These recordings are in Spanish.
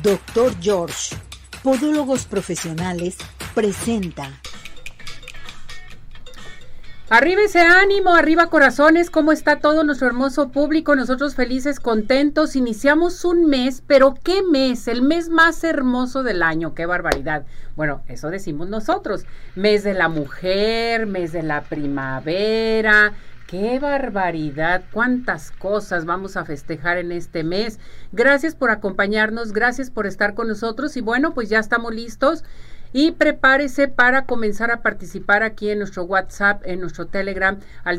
Dr. George, Podólogos Profesionales, presenta. Arriba ese ánimo, arriba corazones, ¿cómo está todo nuestro hermoso público? Nosotros felices, contentos, iniciamos un mes, pero ¿qué mes? El mes más hermoso del año, qué barbaridad. Bueno, eso decimos nosotros, mes de la mujer, mes de la primavera. ¡Qué barbaridad! ¡Cuántas cosas vamos a festejar en este mes! Gracias por acompañarnos, gracias por estar con nosotros y bueno, pues ya estamos listos y prepárese para comenzar a participar aquí en nuestro WhatsApp, en nuestro Telegram al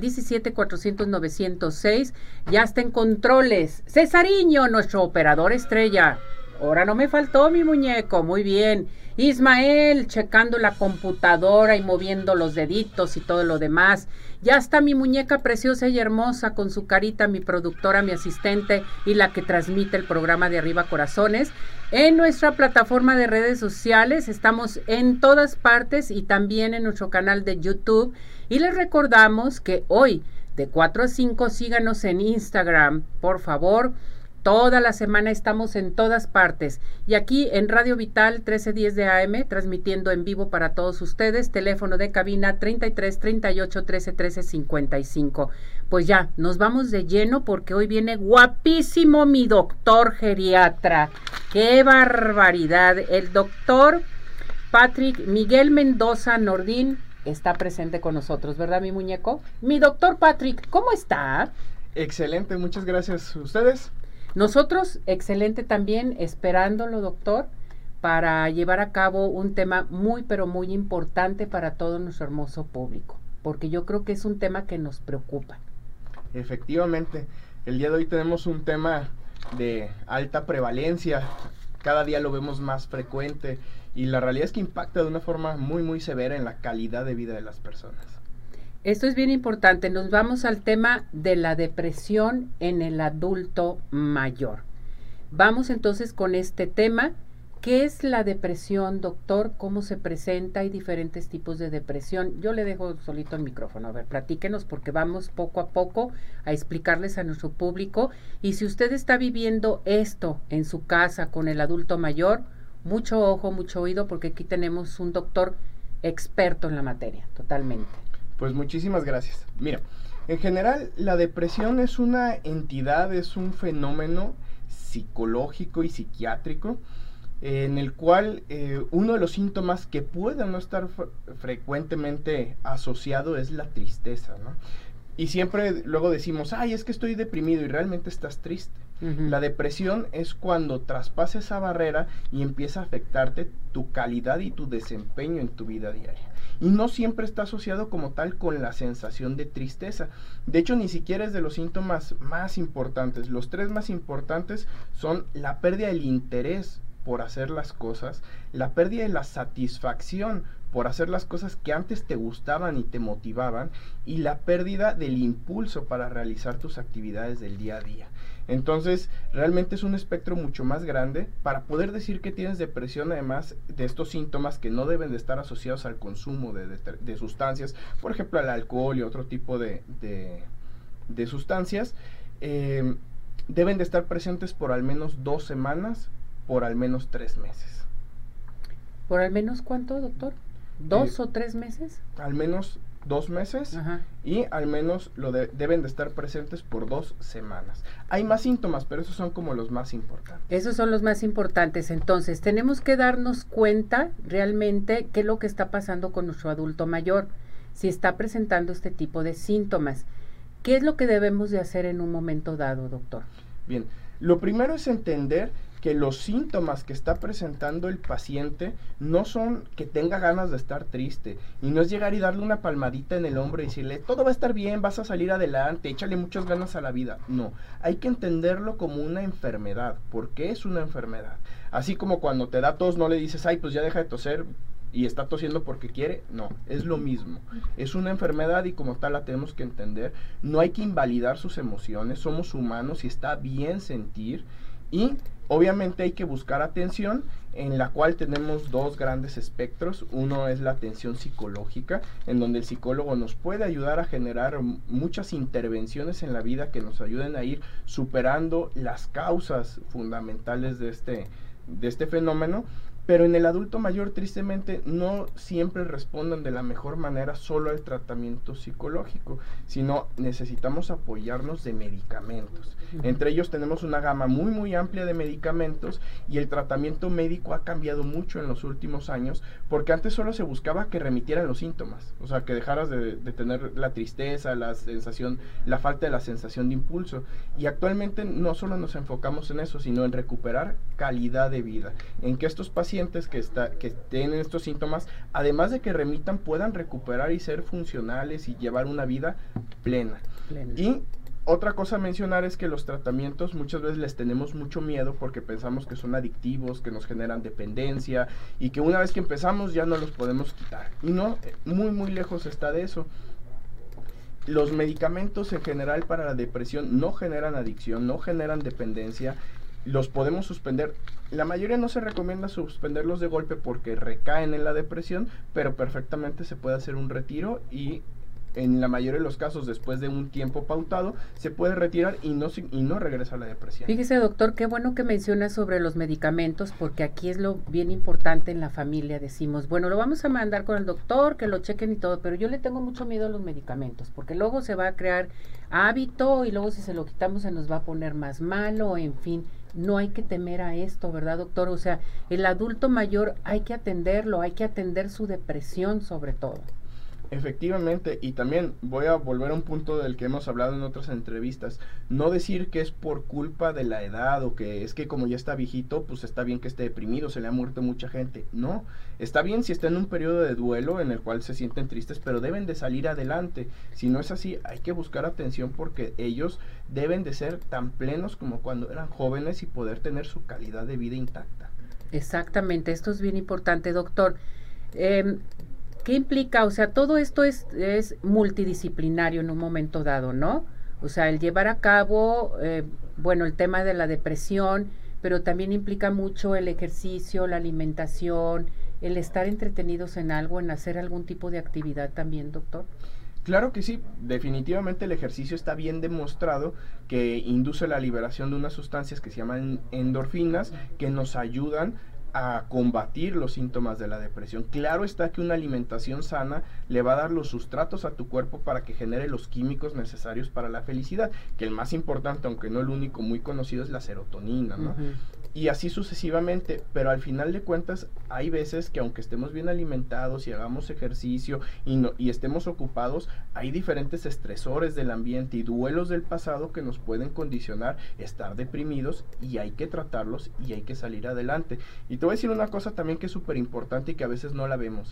17-400-906. Ya está en controles Cesariño, nuestro operador estrella. Ahora no me faltó mi muñeco, muy bien. Ismael, checando la computadora y moviendo los deditos y todo lo demás. Ya está mi muñeca preciosa y hermosa con su carita, mi productora, mi asistente y la que transmite el programa de Arriba Corazones. En nuestra plataforma de redes sociales estamos en todas partes y también en nuestro canal de YouTube. Y les recordamos que hoy de 4 a 5 síganos en Instagram, por favor. Toda la semana estamos en todas partes y aquí en Radio Vital 1310 de AM, transmitiendo en vivo para todos ustedes, teléfono de cabina 33 38 13 13 55. Pues ya, nos vamos de lleno porque hoy viene guapísimo mi doctor geriatra. ¡Qué barbaridad! El doctor Patrick Miguel Mendoza Nordín está presente con nosotros, ¿verdad, mi muñeco? Mi doctor Patrick, ¿cómo está? Excelente, muchas gracias. ¿Ustedes? Nosotros, excelente también, esperándolo, doctor, para llevar a cabo un tema muy, pero muy importante para todo nuestro hermoso público, porque yo creo que es un tema que nos preocupa. Efectivamente, el día de hoy tenemos un tema de alta prevalencia, cada día lo vemos más frecuente y la realidad es que impacta de una forma muy, muy severa en la calidad de vida de las personas. Esto es bien importante. Nos vamos al tema de la depresión en el adulto mayor. Vamos entonces con este tema. ¿Qué es la depresión, doctor? ¿Cómo se presenta? Hay diferentes tipos de depresión. Yo le dejo solito el micrófono. A ver, platíquenos porque vamos poco a poco a explicarles a nuestro público. Y si usted está viviendo esto en su casa con el adulto mayor, mucho ojo, mucho oído, porque aquí tenemos un doctor experto en la materia, totalmente. Pues muchísimas gracias. Mira, en general la depresión es una entidad, es un fenómeno psicológico y psiquiátrico en el cual uno de los síntomas que puede no estar frecuentemente asociado es la tristeza, ¿no? Y siempre luego decimos, ay, es que estoy deprimido y realmente estás triste. La depresión es cuando traspasa esa barrera y empieza a afectarte tu calidad y tu desempeño en tu vida diaria. Y no siempre está asociado como tal con la sensación de tristeza. De hecho, ni siquiera es de los síntomas más importantes. Los tres más importantes son la pérdida del interés por hacer las cosas, la pérdida de la satisfacción por hacer las cosas que antes te gustaban y te motivaban, y la pérdida del impulso para realizar tus actividades del día a día. Entonces, realmente es un espectro mucho más grande para poder decir que tienes depresión, además de estos síntomas que no deben de estar asociados al consumo de sustancias, por ejemplo, al alcohol y otro tipo de sustancias, deben de estar presentes por al menos 2 semanas, por al menos 3 meses. ¿Por al menos cuánto, doctor? ¿2 o 3 meses? Al menos 2 meses. Ajá. Y al menos deben de estar presentes por 2 semanas. Hay más síntomas, pero esos son como los más importantes. Esos son los más importantes. Entonces, tenemos que darnos cuenta realmente qué es lo que está pasando con nuestro adulto mayor, si está presentando este tipo de síntomas. ¿Qué es lo que debemos de hacer en un momento dado, doctor? Bien, lo primero es entender que los síntomas que está presentando el paciente no son que tenga ganas de estar triste, y no es llegar y darle una palmadita en el hombro y decirle, todo va a estar bien, vas a salir adelante, échale muchas ganas a la vida. No, hay que entenderlo como una enfermedad. ¿Por qué es una enfermedad? Así como cuando te da tos, no le dices, ay, pues ya deja de toser y está tosiendo porque quiere. No, es lo mismo. Es una enfermedad y como tal la tenemos que entender. No hay que invalidar sus emociones, somos humanos y está bien sentir. Y obviamente hay que buscar atención, en la cual tenemos 2 grandes espectros. Uno es la atención psicológica, en donde el psicólogo nos puede ayudar a generar muchas intervenciones en la vida que nos ayuden a ir superando las causas fundamentales de este fenómeno, pero en el adulto mayor tristemente no siempre responden de la mejor manera solo al tratamiento psicológico, sino necesitamos apoyarnos de medicamentos. Entre ellos tenemos una gama muy amplia de medicamentos, y el tratamiento médico ha cambiado mucho en los últimos años, porque antes solo se buscaba que remitieran los síntomas, o sea, que dejaras de tener la tristeza, la sensación, la falta de la sensación de impulso, y actualmente no solo nos enfocamos en eso, sino en recuperar calidad de vida, en que estos pacientes que tienen estos síntomas, además de que remitan, puedan recuperar y ser funcionales y llevar una vida plena. Y otra cosa a mencionar es que los tratamientos muchas veces les tenemos mucho miedo porque pensamos que son adictivos, que nos generan dependencia y que una vez que empezamos ya no los podemos quitar. Y no, muy lejos está de eso. Los medicamentos en general para la depresión no generan adicción, no generan dependencia. Los podemos suspender. La mayoría no se recomienda suspenderlos de golpe porque recaen en la depresión, pero perfectamente se puede hacer un retiro, y en la mayoría de los casos, después de un tiempo pautado, se puede retirar y no regresa a la depresión. Fíjese, doctor, qué bueno que menciona sobre los medicamentos, porque aquí es lo bien importante en la familia. Decimos, bueno, lo vamos a mandar con el doctor, que lo chequen y todo, pero yo le tengo mucho miedo a los medicamentos, porque luego se va a crear hábito y luego si se lo quitamos se nos va a poner más malo, en fin. No hay que temer a esto, ¿verdad, doctor? O sea, el adulto mayor hay que atenderlo, hay que atender su depresión sobre todo. Efectivamente, y también voy a volver a un punto del que hemos hablado en otras entrevistas. No decir que es por culpa de la edad o que es que como ya está viejito, pues está bien que esté deprimido, se le ha muerto mucha gente. No, está bien si está en un periodo de duelo en el cual se sienten tristes, pero deben de salir adelante. Si no es así, hay que buscar atención porque ellos deben de ser tan plenos como cuando eran jóvenes y poder tener su calidad de vida intacta. Exactamente, esto es bien importante, doctor. ¿Qué implica? O sea, todo esto es multidisciplinario en un momento dado, ¿no? O sea, el llevar a cabo, bueno, el tema de la depresión, pero también implica mucho el ejercicio, la alimentación, el estar entretenidos en algo, en hacer algún tipo de actividad también, doctor. Claro que sí, definitivamente el ejercicio está bien demostrado que induce la liberación de unas sustancias que se llaman endorfinas, que nos ayudan a combatir los síntomas de la depresión. Claro está que una alimentación sana le va a dar los sustratos a tu cuerpo para que genere los químicos necesarios para la felicidad, que el más importante, aunque no el único muy conocido, es la serotonina, ¿no? Y así sucesivamente, pero al final de cuentas hay veces que aunque estemos bien alimentados y hagamos ejercicio y estemos ocupados, hay diferentes estresores del ambiente y duelos del pasado que nos pueden condicionar estar deprimidos, y hay que tratarlos y hay que salir adelante. Y te voy a decir una cosa también que es súper importante y que a veces no la vemos.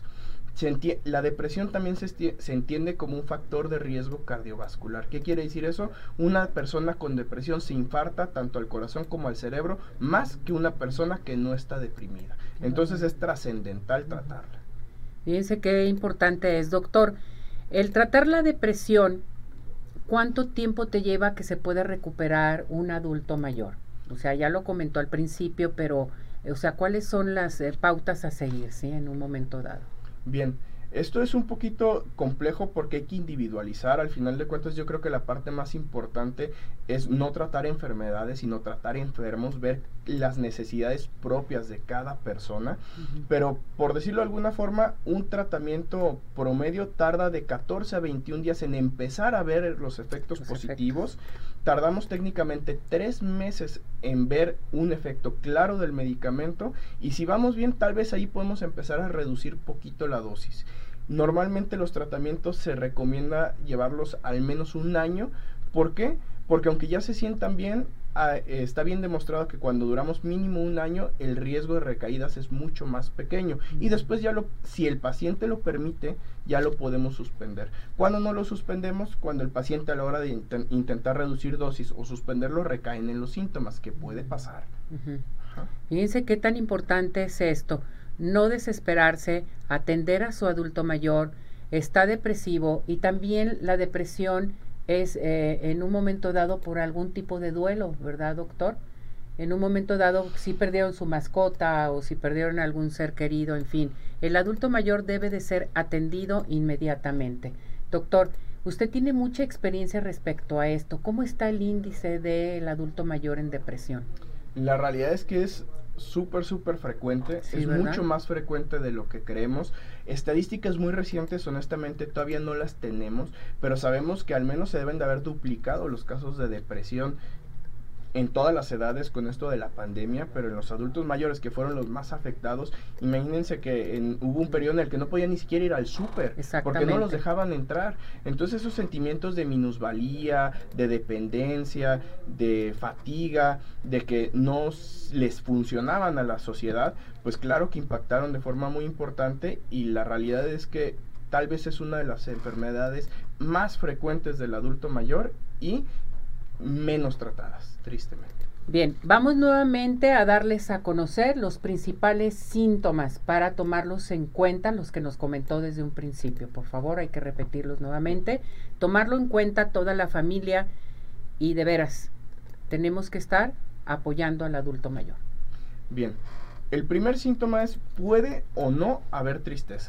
La depresión también se entiende como un factor de riesgo cardiovascular. ¿Qué quiere decir eso? Una persona con depresión se infarta tanto al corazón como al cerebro, más que una persona que no está deprimida. Entonces es trascendental tratarla. Fíjense qué importante es, doctor. El tratar la depresión, ¿cuánto tiempo te lleva a que se pueda recuperar un adulto mayor? O sea, ya lo comentó al principio, pero, o sea, ¿cuáles son las pautas a seguir, sí, en un momento dado? Bien, esto es un poquito complejo porque hay que individualizar. Al final de cuentas, yo creo que la parte más importante es no tratar enfermedades, sino tratar enfermos, ver las necesidades propias de cada persona. Pero, por decirlo de alguna forma, un tratamiento promedio tarda de 14 a 21 días en empezar a ver los efectos positivos. Tardamos técnicamente 3 meses en ver un efecto claro del medicamento, y si vamos bien, tal vez ahí podemos empezar a reducir poquito la dosis. Normalmente los tratamientos se recomienda llevarlos al menos un año. ¿Por qué? Porque aunque ya se sientan bien, está bien demostrado que cuando duramos mínimo un año, el riesgo de recaídas es mucho más pequeño. Y después si el paciente lo permite, ya lo podemos suspender. ¿Cuándo no lo suspendemos? Cuando el paciente a la hora de intentar reducir dosis o suspenderlo recaen en los síntomas, que puede pasar. Fíjense qué tan importante es esto. No desesperarse, atender a su adulto mayor, está depresivo, y también la depresión es en un momento dado por algún tipo de duelo, ¿verdad, doctor? En un momento dado, si perdieron su mascota o si perdieron algún ser querido, en fin, el adulto mayor debe de ser atendido inmediatamente. Doctor, usted tiene mucha experiencia respecto a esto. ¿Cómo está el índice del adulto mayor en depresión? La realidad es que es súper frecuente, Sí, es ¿verdad? mucho más frecuente de lo que creemos. Estadísticas muy recientes, honestamente, todavía no las tenemos, pero sabemos que al menos se deben de haber duplicado los casos de depresión en todas las edades con esto de la pandemia, pero en los adultos mayores, que fueron los más afectados, imagínense que hubo un periodo en el que no podían ni siquiera ir al súper, porque no los dejaban entrar. Entonces esos sentimientos de minusvalía, de dependencia, de fatiga, de que no les funcionaban a la sociedad, pues claro que impactaron de forma muy importante, y la realidad es que tal vez es una de las enfermedades más frecuentes del adulto mayor y menos tratadas, tristemente. Bien, vamos nuevamente a darles a conocer los principales síntomas para tomarlos en cuenta, los que nos comentó desde un principio. Por favor, hay que repetirlos nuevamente, tomarlo en cuenta toda la familia, y de veras, tenemos que estar apoyando al adulto mayor. Bien, el primer síntoma es: puede o no haber tristeza,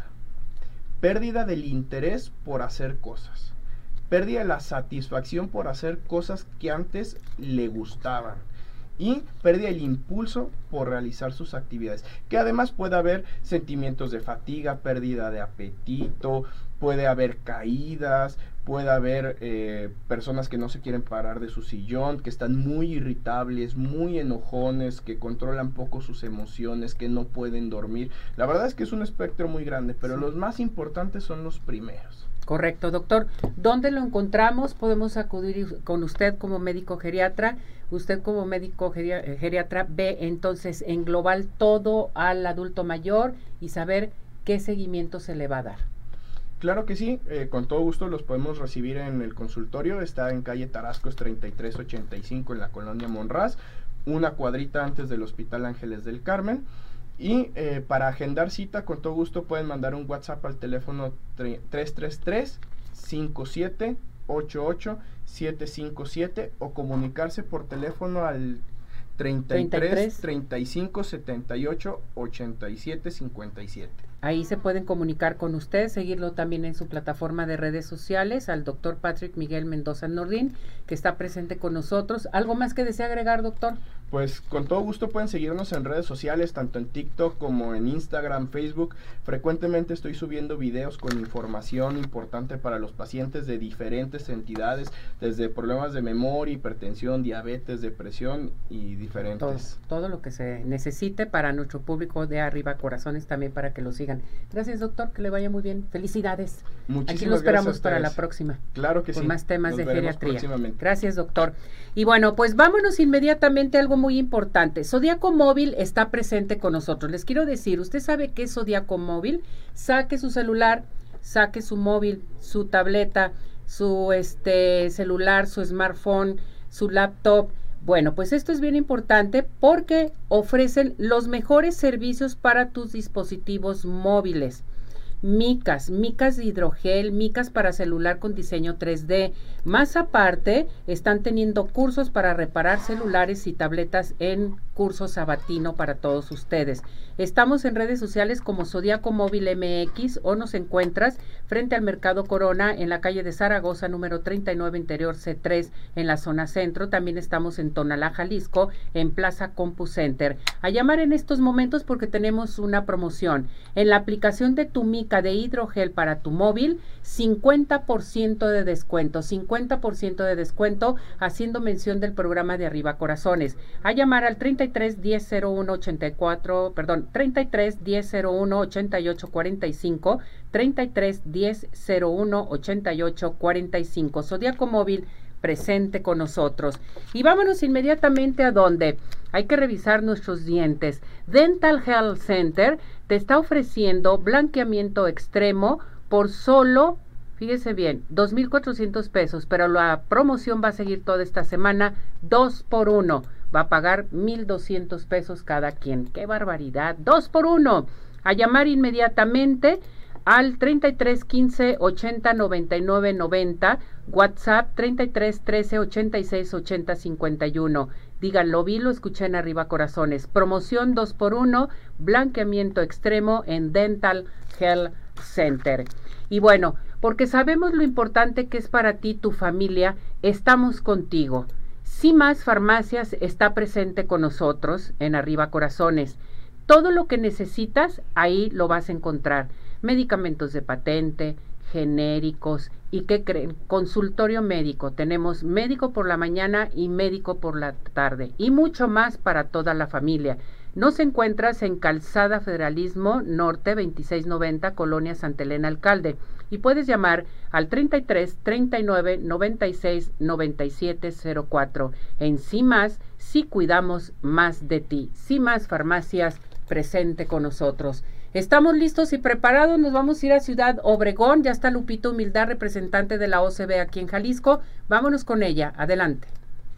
pérdida del interés por hacer cosas, pérdida de la satisfacción por hacer cosas que antes le gustaban, y pérdida del impulso por realizar sus actividades, que además puede haber sentimientos de fatiga, pérdida de apetito, puede haber caídas, puede haber personas que no se quieren parar de su sillón, que están muy irritables, muy enojones, que controlan poco sus emociones, que no pueden dormir. La verdad es que es un espectro muy grande, pero los más importantes son los primeros. Correcto, doctor. ¿Dónde lo encontramos? Podemos acudir con usted como médico geriatra. Usted como médico geriatra ve entonces en global todo al adulto mayor y saber qué seguimiento se le va a dar. Claro que sí, con todo gusto los podemos recibir en el consultorio. Está en calle Tarascos 3385 en la colonia Monraz, una cuadrita antes del Hospital Ángeles del Carmen. Y para agendar cita, con todo gusto pueden mandar un WhatsApp al teléfono 333-5788-757 o comunicarse por teléfono al 33 35 78 87 57. Ahí se pueden comunicar con usted, seguirlo también en su plataforma de redes sociales, al doctor Patrick Miguel Mendoza Nordín, que está presente con nosotros. ¿Algo más que desea agregar, doctor? Pues con todo gusto pueden seguirnos en redes sociales, tanto en TikTok como en Instagram, Facebook. Frecuentemente estoy subiendo videos con información importante para los pacientes de diferentes entidades, desde problemas de memoria, hipertensión, diabetes, depresión y diferentes. Todo lo que se necesite para nuestro público de Arriba Corazones, también para que lo sigan. Gracias, doctor, que le vaya muy bien. Felicidades. Muchísimas Aquí lo esperamos gracias para la próxima. Claro que sí. Con más temas de geriatría. Gracias, doctor. Y bueno, pues vámonos inmediatamente a algo muy importante. Zodiaco Móvil está presente con nosotros. Les quiero decir, ¿usted sabe qué es Zodiaco Móvil? Saque su celular, saque su móvil, su tableta, su celular, su smartphone, su laptop. Bueno, pues esto es bien importante porque ofrecen los mejores servicios para tus dispositivos móviles. Micas de hidrogel, micas para celular con diseño 3D. Más aparte, están teniendo cursos para reparar celulares y tabletas en curso sabatino para todos ustedes. Estamos en redes sociales como Zodiaco Móvil MX o nos encuentras frente al Mercado Corona en la calle de Zaragoza, número 39, interior C3, en la zona centro. También estamos en Tonalá, Jalisco, en Plaza CompuCenter. A llamar en estos momentos porque tenemos una promoción. En la aplicación de tu mica de hidrogel para tu móvil, 50% de descuento, 50% de descuento, haciendo mención del programa de Arriba Corazones. A llamar al 33 10 01 84, perdón, 33 10 01 88 45, 33 10 01 88 45. Zodiaco Móvil presente con nosotros. Y vámonos inmediatamente a donde hay que revisar nuestros dientes. Dental Health Center te está ofreciendo blanqueamiento extremo por solo, fíjese bien, 2,400 pesos, pero la promoción va a seguir toda esta semana, 2 por 1. Va a pagar 1,200 pesos cada quien. ¡Qué barbaridad! 2 por 1. A llamar inmediatamente al 33 15 80 99 90, WhatsApp 33 13 86 80 51. Díganlo, vi, lo escuché en Arriba Corazones. Promoción 2 por 1, blanqueamiento extremo en Dental Health Center. Y bueno, porque sabemos lo importante que es para ti, tu familia, estamos contigo. CIMAS Farmacias está presente con nosotros en Arriba Corazones. Todo lo que necesitas, ahí lo vas a encontrar. Medicamentos de patente, genéricos y ¿qué creen? Consultorio médico. Tenemos médico por la mañana y médico por la tarde y mucho más para toda la familia. Nos encuentras en Calzada Federalismo Norte 2690, Colonia Santa Elena Alcalde, y puedes llamar al 33 39 96 97 04. En CIMAS, sí cuidamos más de ti. CIMAS Farmacias, presente con nosotros. Estamos listos y preparados, nos vamos a ir a Ciudad Obregón. Ya está Lupita Humildad, representante de la OCB aquí en Jalisco. Vámonos con ella, adelante.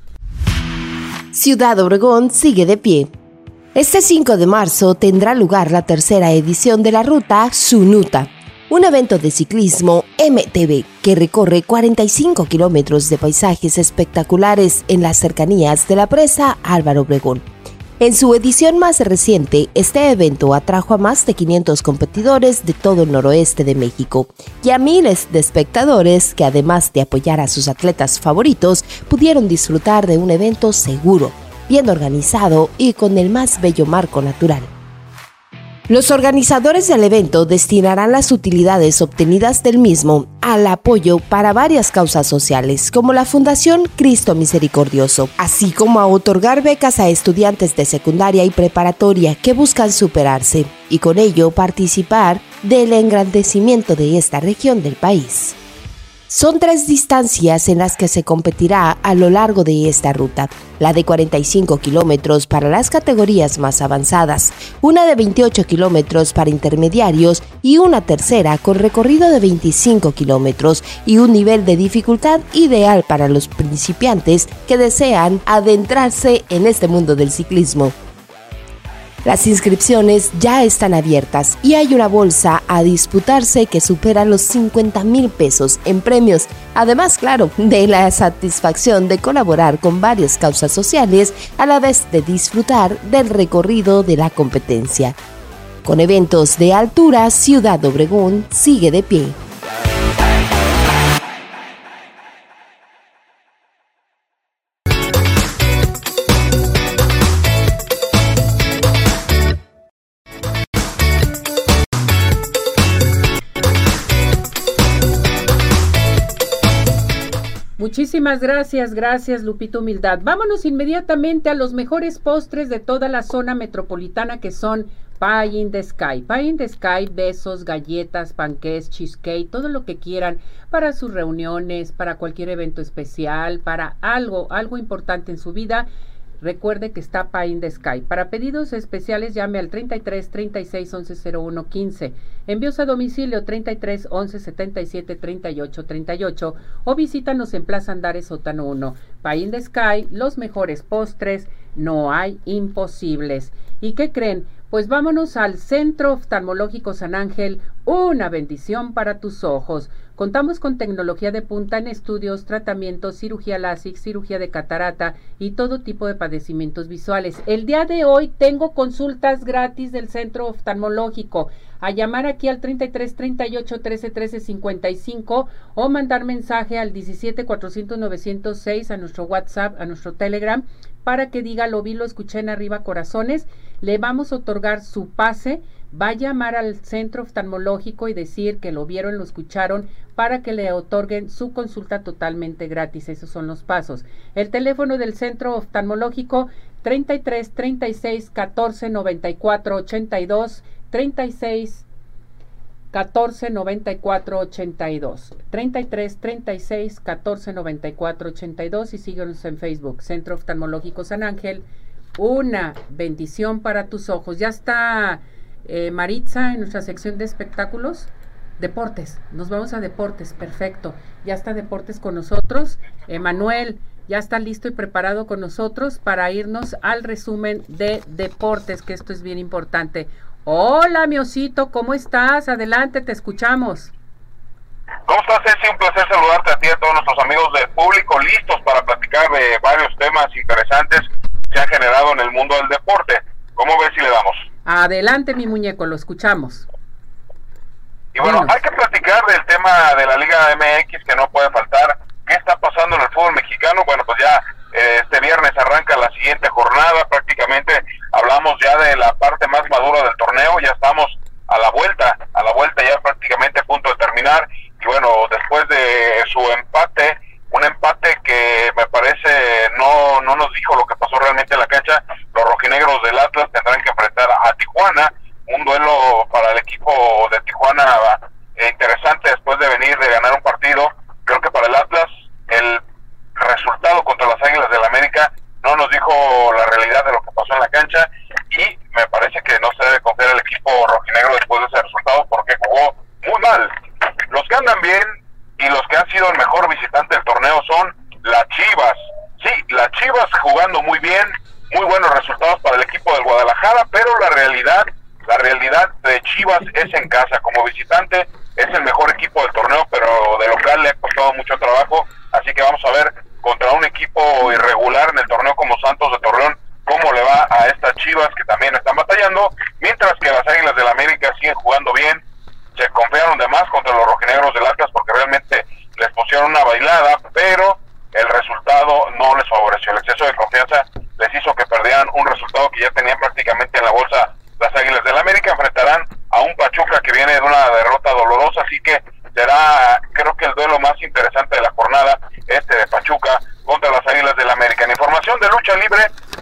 Ciudad Obregón sigue de pie. Este 5 de marzo tendrá lugar la tercera edición de la ruta Sunuta, un evento de ciclismo MTB que recorre 45 kilómetros de paisajes espectaculares en las cercanías de la presa Álvaro Obregón. En su edición más reciente, este evento atrajo a más de 500 competidores de todo el noroeste de México y a miles de espectadores que, además de apoyar a sus atletas favoritos, pudieron disfrutar de un evento seguro, bien organizado y con el más bello marco natural. Los organizadores del evento destinarán las utilidades obtenidas del mismo al apoyo para varias causas sociales, como la Fundación Cristo Misericordioso, así como a otorgar becas a estudiantes de secundaria y preparatoria que buscan superarse y con ello participar del engrandecimiento de esta región del país. Son 3 distancias en las que se competirá a lo largo de esta ruta, la de 45 kilómetros para las categorías más avanzadas, una de 28 kilómetros para intermediarios y una tercera con recorrido de 25 kilómetros y un nivel de dificultad ideal para los principiantes que desean adentrarse en este mundo del ciclismo. Las inscripciones ya están abiertas y hay una bolsa a disputarse que supera los 50,000 pesos en premios, además, claro, de la satisfacción de colaborar con varias causas sociales a la vez de disfrutar del recorrido de la competencia. Con eventos de altura, Ciudad Obregón sigue de pie. Muchísimas gracias Lupita Humildad. Vámonos inmediatamente a los mejores postres de toda la zona metropolitana que son Pie in the Sky. Pie in the Sky, besos, galletas, panqués, cheesecake, todo lo que quieran para sus reuniones, para cualquier evento especial, para algo importante en su vida. Recuerde que está Pie in the Sky. Para pedidos especiales llame al 33 36 11 01 15. Envíos a domicilio 33 11 77 38 38 o visítanos en Plaza Andares Sótano 1. Pie in the Sky, los mejores postres, no hay imposibles. ¿Y qué creen? Pues vámonos al Centro Oftalmológico San Ángel, una bendición para tus ojos. Contamos con tecnología de punta en estudios, tratamientos, cirugía láser, cirugía de catarata y todo tipo de padecimientos visuales. El día de hoy tengo consultas gratis del Centro Oftalmológico. A llamar aquí al 33 38 13 13 55 o mandar mensaje al 17 400 906 a nuestro WhatsApp, a nuestro Telegram, para que diga lo vi, lo escuché en Arriba Corazones. Le vamos a otorgar su pase. Va a llamar al Centro Oftalmológico y decir que lo vieron, lo escucharon, para que le otorguen su consulta totalmente gratis. Esos son los pasos. El teléfono del Centro Oftalmológico 33 36 14 94 82 36 14 94 82 33 36 14 94 82 y síguenos en Facebook, Centro Oftalmológico San Ángel, una bendición para tus ojos. Ya está Maritza en nuestra sección de espectáculos. Deportes, nos vamos a deportes, perfecto. Ya está Deportes con nosotros. Manuel ya está listo y preparado con nosotros para irnos al resumen de deportes, que esto es bien importante. Hola, mi osito, ¿cómo estás? Adelante, te escuchamos. ¿Cómo estás, Ceci? Un placer saludarte a ti y a todos nuestros amigos del público, listos para platicar de varios temas interesantes que se han generado en el mundo del deporte. ¿Cómo ves si le damos? Adelante, mi muñeco, lo escuchamos. Y bueno, hay que platicar del tema de la Liga MX que no puede faltar. ¿Qué está pasando en el fútbol mexicano? Bueno, pues ya Este viernes arranca la siguiente jornada, prácticamente hablamos ya de la parte más madura del torneo, ya estamos a la vuelta ya prácticamente a punto de terminar, y bueno, después de su empate, un empate que me parece no nos dijo lo que pasó realmente en la cancha. Los rojinegros del Atlas tendrán que enfrentar a Tijuana, un duelo para el equipo de Tijuana interesante después de venir de ganar un partido. Creo que para el Atlas el resultado contra las Águilas del América no nos dijo la realidad de lo que pasó en la cancha, y me parece que no se debe confiar el equipo rojinegro después de ese resultado, porque jugó muy mal. Los que andan bien y los que han sido el mejor visitante del torneo son las Chivas. Sí, las Chivas jugando muy bien, muy buenos resultados para el equipo del Guadalajara, pero la realidad de Chivas es en casa. Como visitante es el mejor equipo del torneo, pero de local le ha costado mucho trabajo, así que vamos a ver contra un equipo irregular en el torneo como Santos de Torreón cómo le va a estas Chivas, que también están batallando, mientras que las Águilas del América siguen jugando bien. Se confiaron de más contra los rojinegros del Atlas porque realmente les pusieron una bailada, pero el resultado no les favoreció. El exceso de confianza les hizo que perdieran un resultado que ya tenían prácticamente en la bolsa. Las Águilas del América enfrentarán a un Pachuca que viene de una derrota dolorosa, así que será, creo que el duelo más interesante de la jornada, de Pachuca contra las Águilas del América. En información de lucha libre,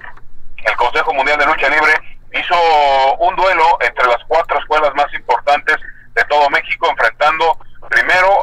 el Consejo Mundial de Lucha Libre hizo un duelo entre las 4 escuelas más importantes de todo México, enfrentando primero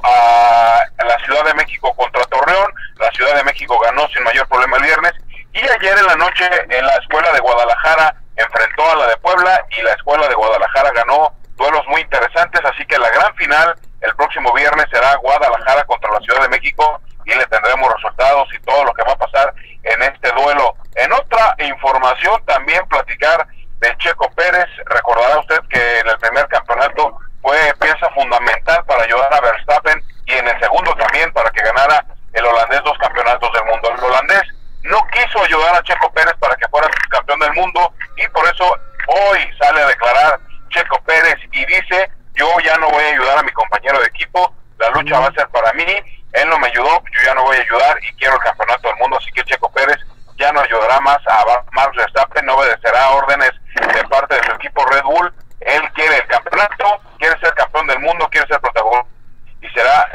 a la Ciudad de México contra Torreón. La Ciudad de México ganó sin mayor problema el viernes, y ayer en la noche en la Escuela de Guadalajara enfrentó a la de Puebla, y la Escuela de Guadalajara ganó. Duelos muy interesantes, así que la gran final el próximo viernes será Guadalajara contra la Ciudad de México, y le tendremos resultados y todo lo que va a pasar en este duelo. En otra información, también platicar de Checo Pérez. Recordará usted que en el primer campeonato fue pieza fundamental para ayudar a Verstappen, y en el segundo también para que ganara el holandés 2 campeonatos del mundo. El holandés no quiso ayudar a Checo Pérez para que fuera campeón del mundo, y por eso hoy sale a declarar Checo Pérez y dice: yo ya no voy a ayudar a mi compañero de equipo, la lucha va a ser para mí, él no me ayudó, yo ya no voy a ayudar y quiero el campeonato del mundo. Así que Checo Pérez ya no ayudará más a Max Verstappen, no obedecerá órdenes de parte de su equipo Red Bull. Él quiere el campeonato, quiere ser campeón del mundo, quiere ser protagonista, y será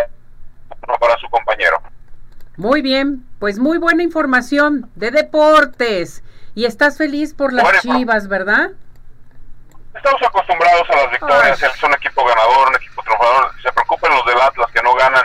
para su compañero. Muy bien, pues muy buena información de deportes. Y estás feliz por las Chivas, ¿verdad? Estamos acostumbrados a las victorias. Es un equipo ganador, un equipo triunfador. Se preocupen los del Atlas, que no ganan,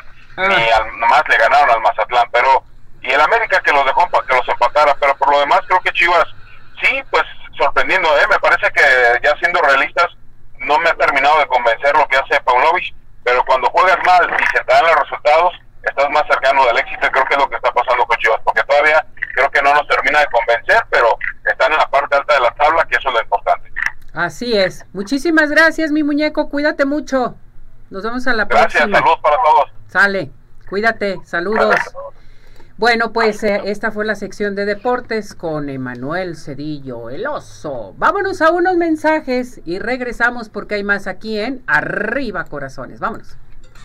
nomás le ganaron al Mazatlán, y el América que los dejó para que los empatara. Pero por lo demás creo que Chivas sí, pues sorprendiendo. Me parece que, ya siendo realistas, no me ha terminado de convencer lo que hace Paunovic, pero cuando juegas mal y se te dan los resultados, estás más cercano del éxito, y creo que es lo que está pasando con Chivas, porque todavía creo que no nos termina de convencer, pero están en la parte alta de la tabla, que eso es lo importante. Así es. Muchísimas gracias, mi muñeco, cuídate mucho. Nos vemos a la próxima. Gracias, saludos para todos. Sale, cuídate, saludos. Bueno, pues esta fue la sección de deportes con Emanuel Cedillo, el oso. Vámonos a unos mensajes y regresamos porque hay más aquí en Arriba Corazones. Vámonos.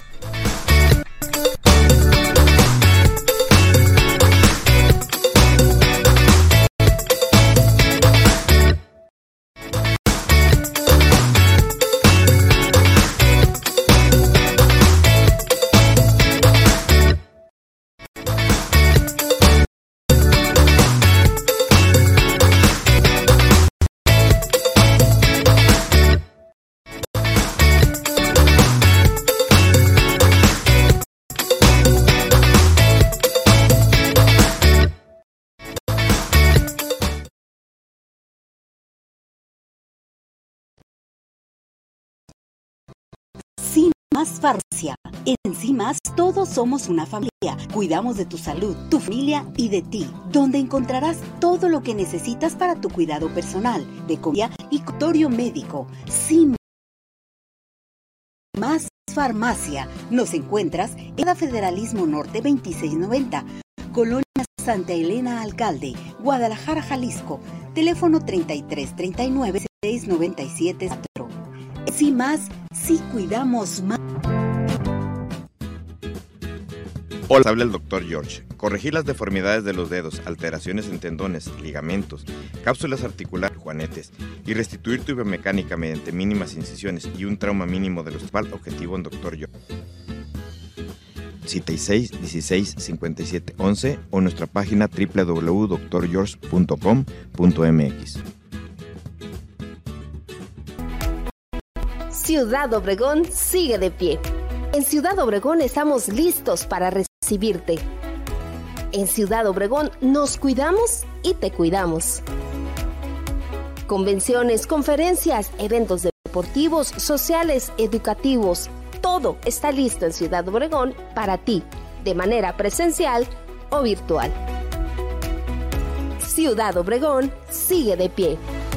Más Farmacia. En CIMAS todos somos una familia. Cuidamos de tu salud, tu familia y de ti, donde encontrarás todo lo que necesitas para tu cuidado personal, de comida y consultorio médico. CIMAS Farmacia. Nos encuentras en la Federalismo Norte 2690, Colonia Santa Elena Alcalde, Guadalajara, Jalisco. Teléfono 3339 697 4. CIMAS, sí cuidamos más. Hola, habla el Dr. George. Corregir las deformidades de los dedos, alteraciones en tendones, ligamentos, cápsulas articulares, juanetes y restituir tu biomecánica mediante mínimas incisiones y un trauma mínimo del principal objetivo en Dr. George. 76 16 57 11 o nuestra página www.drgeorge.com.mx. Ciudad Obregón sigue de pie. En Ciudad Obregón estamos listos para recibirte. En Ciudad Obregón nos cuidamos y te cuidamos. Convenciones, conferencias, eventos deportivos, sociales, educativos. Todo está listo en Ciudad Obregón para ti, de manera presencial o virtual. Ciudad Obregón sigue de pie.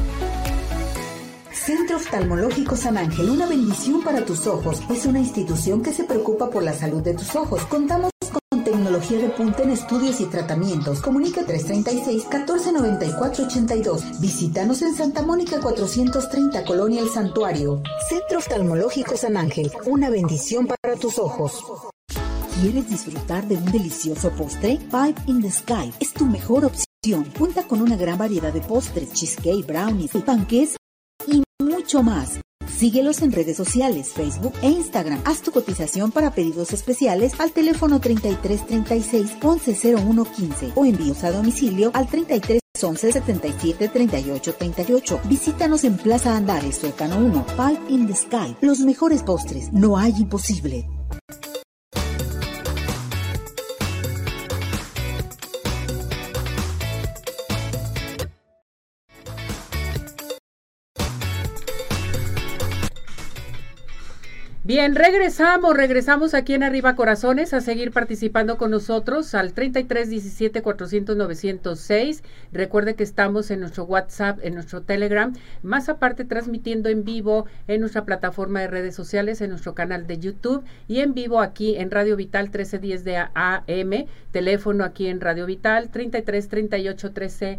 Centro Oftalmológico San Ángel, una bendición para tus ojos. Es una institución que se preocupa por la salud de tus ojos. Contamos con tecnología de punta en estudios y tratamientos. Comunica 336-1494-82. Visítanos en Santa Mónica 430, Colonia El Santuario. Centro Oftalmológico San Ángel, una bendición para tus ojos. ¿Quieres disfrutar de un delicioso postre? Five in the Sky es tu mejor opción. Cuenta con una gran variedad de postres, cheesecake, brownies, panqués y mucho más. Síguelos en redes sociales, Facebook e Instagram. Haz tu cotización para pedidos especiales al teléfono 33 36 11 01 15 o envíos a domicilio al 33 11 77 38 38. Visítanos en Plaza Andares, Sótano 1. Five in the Sky. Los mejores postres. No hay imposible. Bien, regresamos aquí en Arriba Corazones a seguir participando con nosotros al 33 17 400 906. Recuerde que estamos en nuestro WhatsApp, en nuestro Telegram, más aparte transmitiendo en vivo en nuestra plataforma de redes sociales, en nuestro canal de YouTube y en vivo aquí en Radio Vital 1310 de AM, teléfono aquí en Radio Vital 33 38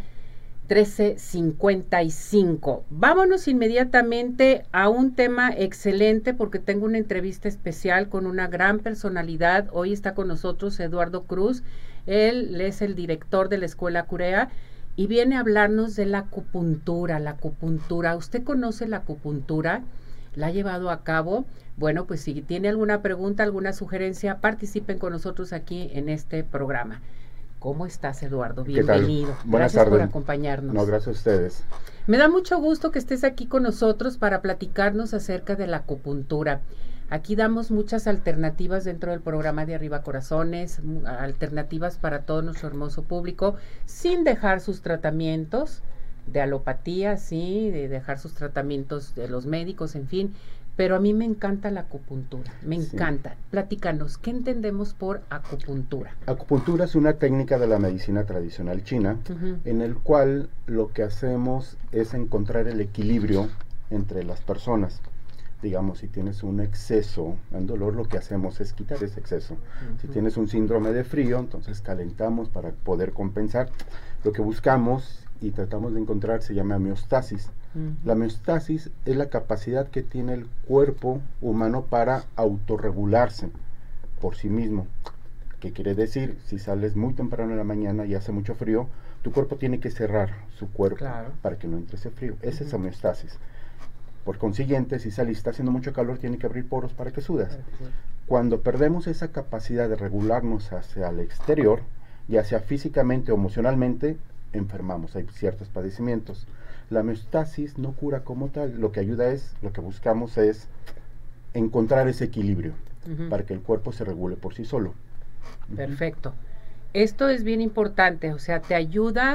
1355. Vámonos inmediatamente a un tema excelente porque tengo una entrevista especial con una gran personalidad. Hoy está con nosotros Eduardo Cruz. Él es el director de la Escuela Curea y viene a hablarnos de la acupuntura. La acupuntura, ¿usted conoce la acupuntura? ¿La ha llevado a cabo? Bueno, pues si tiene alguna pregunta, alguna sugerencia, participen con nosotros aquí en este programa. ¿Cómo estás, Eduardo? Bienvenido. Buenas tardes. Gracias por acompañarnos. No, gracias a ustedes. Me da mucho gusto que estés aquí con nosotros para platicarnos acerca de la acupuntura. Aquí damos muchas alternativas dentro del programa de Arriba Corazones, alternativas para todo nuestro hermoso público, sin dejar sus tratamientos de alopatía, sí, de dejar sus tratamientos de los médicos, en fin. Pero a mí me encanta la acupuntura, me encanta. Platícanos, ¿qué entendemos por acupuntura? Acupuntura es una técnica de la medicina tradicional china, en el cual lo que hacemos es encontrar el equilibrio entre las personas. Digamos, si tienes un exceso en dolor, lo que hacemos es quitar ese exceso. Si tienes un síndrome de frío, entonces calentamos para poder compensar. Lo que buscamos y tratamos de encontrar se llama homeostasis. La homeostasis es la capacidad que tiene el cuerpo humano para autorregularse por sí mismo. ¿Qué quiere decir? Si sales muy temprano en la mañana y hace mucho frío, tu cuerpo tiene que cerrar su cuerpo para que no entre ese frío. Esa es homeostasis. Por consiguiente, si salís, está haciendo mucho calor, tiene que abrir poros para que sudas. Cuando perdemos esa capacidad de regularnos hacia el exterior, ya sea físicamente o emocionalmente, enfermamos, hay ciertos padecimientos. La homeostasis no cura como tal, lo que buscamos es encontrar ese equilibrio para que el cuerpo se regule por sí solo. Perfecto. Esto es bien importante, o sea, te ayuda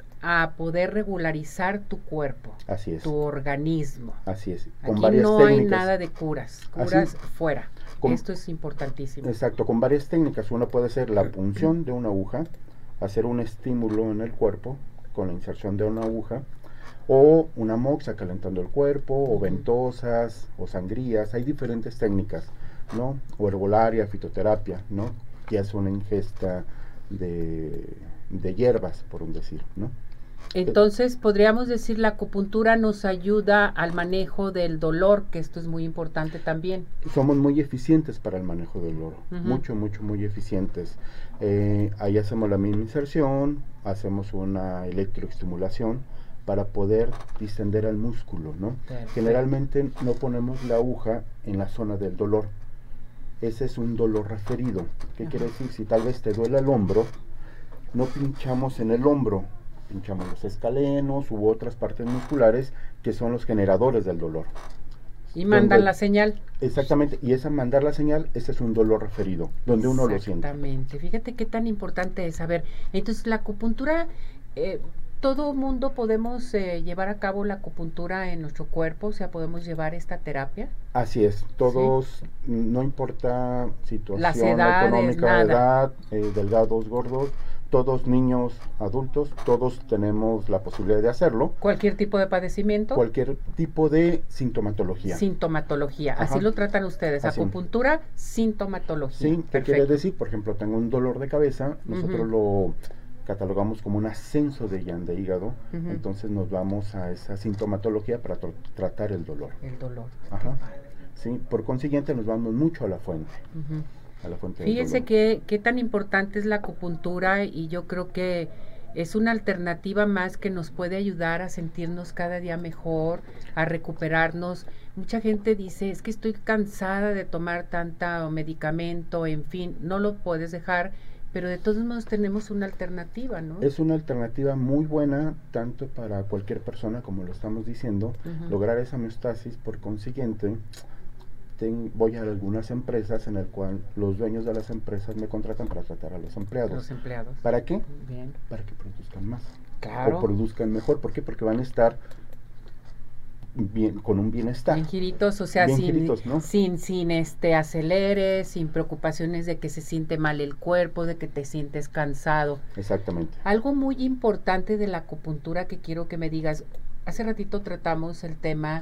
a poder regularizar tu cuerpo, así es, tu organismo. Así es. Con aquí no técnicas. Hay nada de curas fuera. Esto es importantísimo. Exacto, con varias técnicas. Una puede ser la punción de una aguja, hacer un estímulo en el cuerpo con la inserción de una aguja, o una moxa calentando el cuerpo, o ventosas, o sangrías. Hay diferentes técnicas, ¿no? O herbolaria, fitoterapia, ¿no? Que es una ingesta de hierbas, por un decir, ¿no? Entonces, podríamos decir la acupuntura nos ayuda al manejo del dolor, que esto es muy importante también. Somos muy eficientes para el manejo del dolor, muy eficientes. Ahí hacemos la misma inserción, hacemos una electroestimulación para poder distender el músculo, ¿no? Perfecto. Generalmente no ponemos la aguja en la zona del dolor. Ese es un dolor referido. ¿Qué quiere decir? Si tal vez te duele el hombro, no pinchamos en el hombro, pinchamos los escalenos u otras partes musculares que son los generadores del dolor. Y mandan la señal. Exactamente, y esa mandar la señal, ese es un dolor referido, donde uno lo siente. Exactamente, fíjate qué tan importante es. A ver, entonces la acupuntura, todo mundo podemos llevar a cabo la acupuntura en nuestro cuerpo, o sea, podemos llevar esta terapia. Así es, todos, no importa situación las edades, económica, edad, delgados, gordos, todos niños, adultos, todos tenemos la posibilidad de hacerlo. Cualquier tipo de padecimiento. Cualquier tipo de sintomatología. Sintomatología, así lo tratan ustedes, así. Acupuntura, sintomatología. Sí, ¿qué quiere decir? Por ejemplo, tengo un dolor de cabeza, nosotros lo catalogamos como un ascenso de hígado, entonces nos vamos a esa sintomatología para tratar el dolor. El dolor. Ajá. Sí, por consiguiente nos vamos mucho a la fuente. A la fuente Fíjense qué tan importante es la acupuntura, y yo creo que es una alternativa más que nos puede ayudar a sentirnos cada día mejor, a recuperarnos. Mucha gente dice, es que estoy cansada de tomar tanta medicamento, en fin, no lo puedes dejar, pero de todos modos tenemos una alternativa, ¿no? Es una alternativa muy buena, tanto para cualquier persona, como lo estamos diciendo, lograr esa homeostasis. Por consiguiente, voy a algunas empresas en el cual los dueños de las empresas me contratan para tratar a los empleados. Los empleados. ¿Para qué? Bien. Para que produzcan más. Claro. O produzcan mejor. ¿Por qué? Porque van a estar bien, con un bienestar. Bien giritos, o sea, bien sin, giritos, ¿no? sin aceleres, sin preocupaciones de que se siente mal el cuerpo, de que te sientes cansado. Exactamente. Algo muy importante de la acupuntura que quiero que me digas, hace ratito tratamos el tema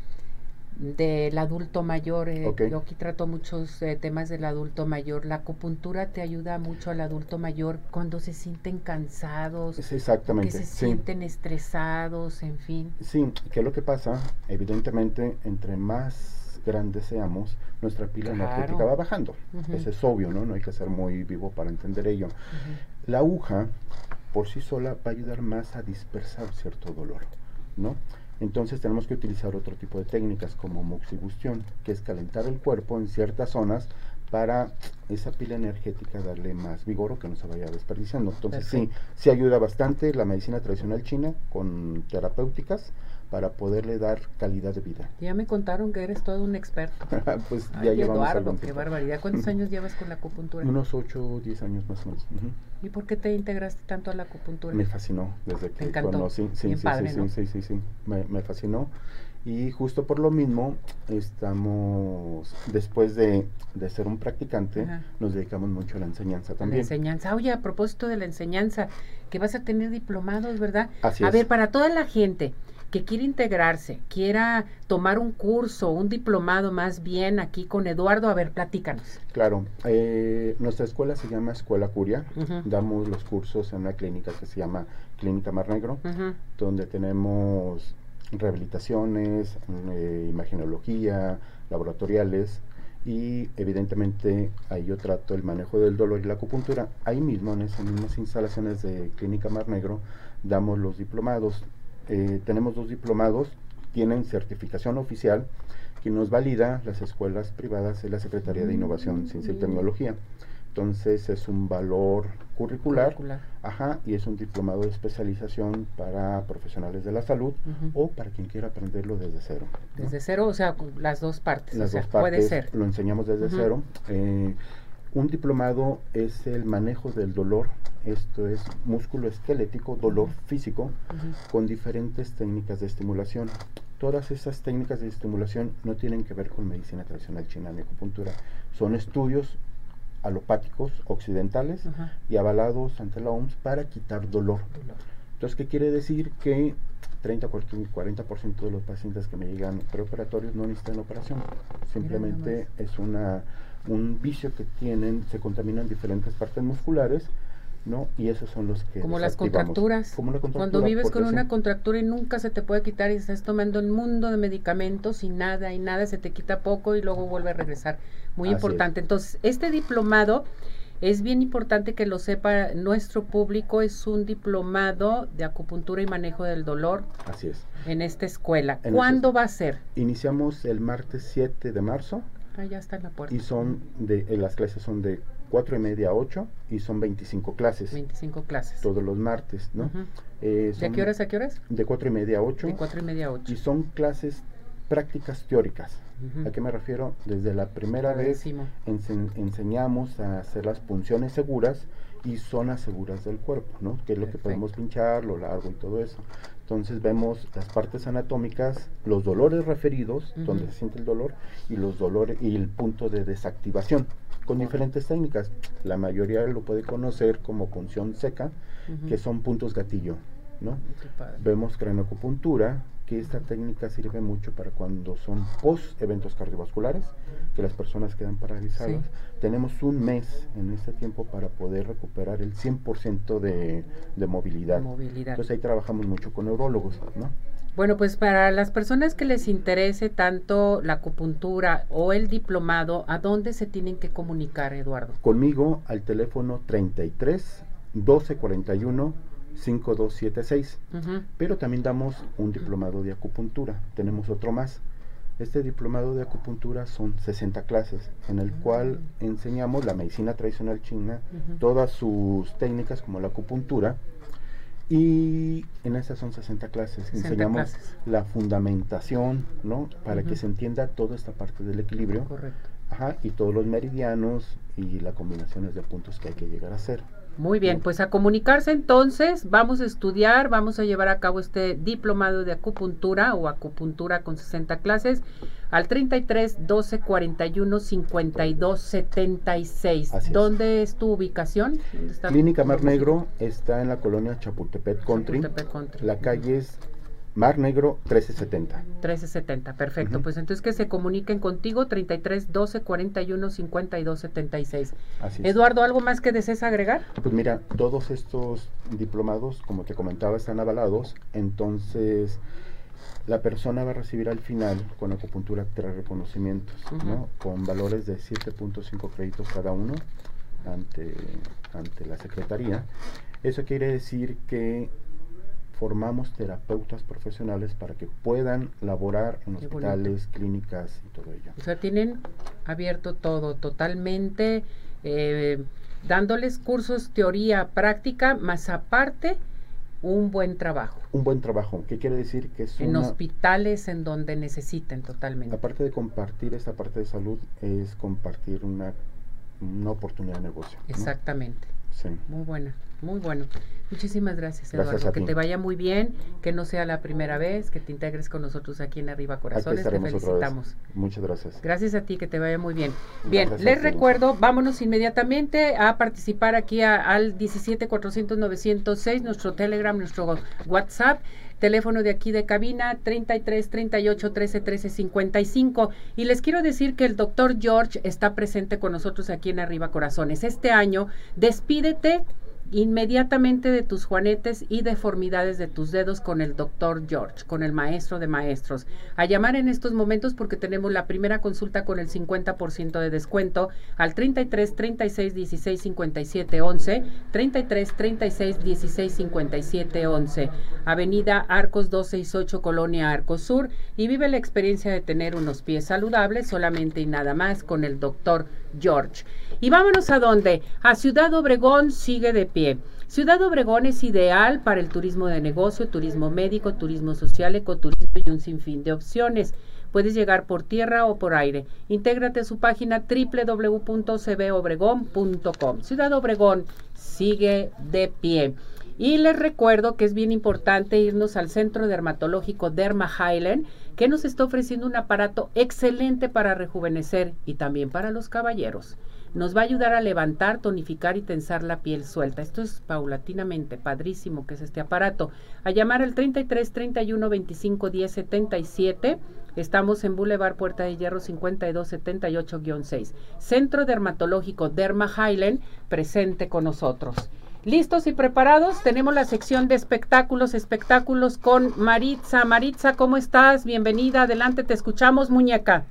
del adulto mayor, yo aquí trato muchos temas del adulto mayor. La acupuntura te ayuda mucho al adulto mayor cuando se sienten cansados, exactamente, que se sienten estresados, en fin. Sí, ¿qué es lo que pasa? Evidentemente, entre más grandes seamos, nuestra pila energética va bajando. Eso es obvio, ¿no? No hay que ser muy vivo para entender ello. La aguja, por sí sola, va a ayudar más a dispersar cierto dolor, ¿no? Entonces tenemos que utilizar otro tipo de técnicas como moxibustión, que es calentar el cuerpo en ciertas zonas para esa pila energética darle más vigor o que no se vaya desperdiciando. Entonces sí ayuda bastante la medicina tradicional china con terapéuticas para poderle dar calidad de vida. Ya me contaron que eres todo un experto. Pues ya llevamos Eduardo, qué barbaridad. ¿Cuántos años llevas con la acupuntura? Unos 8 o 10 años más o menos. ¿Y por qué te integraste tanto a la acupuntura? Me fascinó desde que conocí. Sí, me fascinó. Y justo por lo mismo, estamos, después de ser un practicante, nos dedicamos mucho a la enseñanza también. La enseñanza. Oye, a propósito de la enseñanza, que vas a tener diplomados, ¿verdad? Así es. Ver, para toda la gente que quiere integrarse, quiera tomar un curso, un diplomado más bien aquí con Eduardo, a ver, platícanos. Claro, nuestra escuela se llama Escuela Curia, damos los cursos en una clínica que se llama Clínica Mar Negro, donde tenemos rehabilitaciones, imagenología, laboratoriales, y evidentemente ahí yo trato el manejo del dolor y la acupuntura. Ahí mismo, en esas mismas instalaciones de Clínica Mar Negro, damos los diplomados. Tenemos 2 diplomados, tienen certificación oficial que nos valida las escuelas privadas y la Secretaría de Innovación, Ciencia y Tecnología. Entonces es un valor curricular, y es un diplomado de especialización para profesionales de la salud o para quien quiera aprenderlo desde cero, ¿no? Desde cero, o sea, las dos partes. Las dos partes, puede ser. Lo enseñamos desde cero. Un diplomado es el manejo del dolor, esto es músculo esquelético, dolor físico, con diferentes técnicas de estimulación. Todas esas técnicas de estimulación no tienen que ver con medicina tradicional china ni acupuntura, son estudios alopáticos occidentales y avalados ante la OMS para quitar dolor. Entonces, ¿qué quiere decir? Que 30-40% de los pacientes que me llegan preoperatorios no necesitan operación, simplemente es un vicio que tienen, se contaminan diferentes partes musculares ¿no? Y esos son los que como las desactivamos. contracturas. Como la contractura, Cuando vives con porque una sí. contractura y nunca se te puede quitar y estás tomando un mundo de medicamentos y nada, se te quita poco y luego vuelve a regresar. Muy Así importante. Entonces, este diplomado es bien importante que lo sepa nuestro público, es un diplomado de acupuntura y manejo del dolor Así es. en esta escuela. En ¿Cuándo va a ser? Iniciamos el martes 7 de marzo Ah, ya está en la puerta. y las clases son de 4:30 a 8 y son 25 clases. 25 clases. Todos los martes, ¿no? Ujú. ¿De ¿De qué horas a qué horas? De 4:30 a 8. De 4:30 a 8. Y son clases prácticas teóricas. Ujú. ¿A qué me refiero? Desde la primera vez Padrísimo. enseñamos a hacer las punciones seguras y zonas seguras del cuerpo, ¿no? Que es lo que Perfecto. podemos pinchar, lo largo y todo eso. Entonces vemos las partes anatómicas, los dolores referidos, Ujú. donde se siente el dolor, y los dolores y el punto de desactivación, con diferentes técnicas. La mayoría lo puede conocer como punción seca, Ujú. que son puntos gatillo, ¿no? Qué padre. Vemos cranoacupuntura, que esta técnica sirve mucho para cuando son post eventos cardiovasculares, que las personas quedan paralizadas. Sí. Tenemos un mes en este tiempo para poder recuperar el 100% de movilidad. Movilidad. Entonces ahí trabajamos mucho con neurólogos, ¿no? Bueno, pues para las personas que les interese tanto la acupuntura o el diplomado, ¿a dónde se tienen que comunicar, Eduardo? Conmigo al teléfono 33 12 41 5276. Ujú. Pero también damos un diplomado de acupuntura. Tenemos otro más. Este diplomado de acupuntura son 60 clases, en el cual enseñamos la medicina tradicional china, Ujú. todas sus técnicas como la acupuntura, y en esas son 60 clases. 60 Enseñamos clases. la fundamentación, ¿no? Para que Ujú. se entienda toda esta parte del equilibrio. Correcto. Ajá, y todos los meridianos y las combinaciones de puntos que hay que llegar a hacer. Muy bien, Bien. pues a comunicarse entonces, vamos a estudiar, vamos a llevar a cabo este diplomado de acupuntura o acupuntura con 60 clases al 33 12 41 52 76. Así es. ¿Dónde es tu ubicación? ¿Dónde está Clínica tu Mar domicilio? Negro está en la colonia Chapultepec Country. Chapultepec Country. La calle es Mar Negro 1370. 1370, perfecto. Ujú. Pues entonces que se comuniquen contigo 33 12 41 52 76. Así es. Eduardo, ¿algo más que desees agregar? Pues mira, todos estos diplomados, como te comentaba, están avalados. Entonces, la persona va a recibir al final con acupuntura 3 reconocimientos, Ujú. ¿no? Con valores de 7.5 créditos cada uno ante la Secretaría. Eso quiere decir que formamos terapeutas profesionales para que puedan laborar en Qué hospitales, clínicas y todo ello. O sea, tienen abierto todo totalmente, dándoles cursos, teoría, práctica, más aparte un buen trabajo. Un buen trabajo, ¿qué quiere decir? Que es En una, hospitales en donde necesiten totalmente. aparte de compartir esta parte de salud, es compartir una oportunidad de negocio, ¿no? Exactamente. Sí. Muy buena, muy bueno. Muchísimas gracias, Gracias Eduardo. a Que ti. te vaya muy bien, que no sea la primera vez, que te integres con nosotros aquí en Arriba Aquí Corazones. Te estaremos otra felicitamos. vez. Muchas gracias. Gracias a ti, que te vaya muy bien. Bien, Gracias a les todos. recuerdo, vámonos inmediatamente a participar aquí al 17-400-906, nuestro Telegram, nuestro WhatsApp, teléfono de aquí de cabina 33 38 13 13 55. Y les quiero decir que el doctor George está presente con nosotros aquí en Arriba Corazones. Este año, despídete inmediatamente de tus juanetes y deformidades de tus dedos con el doctor George, con el maestro de maestros. A llamar en estos momentos porque tenemos la primera consulta con el 50% de descuento al 33 36 16 57 11, 33 36 16 57 11, Avenida Arcos 268, Colonia Arcos Sur, y vive la experiencia de tener unos pies saludables solamente y nada más con el doctor George. Y vámonos a dónde? A Ciudad Obregón sigue de pie. Ciudad Obregón es ideal para el turismo de negocio, turismo médico, turismo social, ecoturismo y un sinfín de opciones. Puedes llegar por tierra o por aire. Intégrate a su página www.cbobregón.com. Ciudad Obregón sigue de pie. Y les recuerdo que es bien importante irnos al Centro Dermatológico Derma Highland, que nos está ofreciendo un aparato excelente para rejuvenecer y también para los caballeros. Nos va a ayudar a levantar, tonificar y tensar la piel suelta. Esto es paulatinamente, padrísimo que es este aparato. A llamar al 33 31 25 10 77. Estamos en Boulevard Puerta de Hierro 5278-6. Centro Dermatológico Derma Highland, presente con nosotros. ¿Listos y preparados? Tenemos la sección de espectáculos con Maritza. Maritza, ¿cómo estás? Bienvenida, adelante, te escuchamos, muñeca.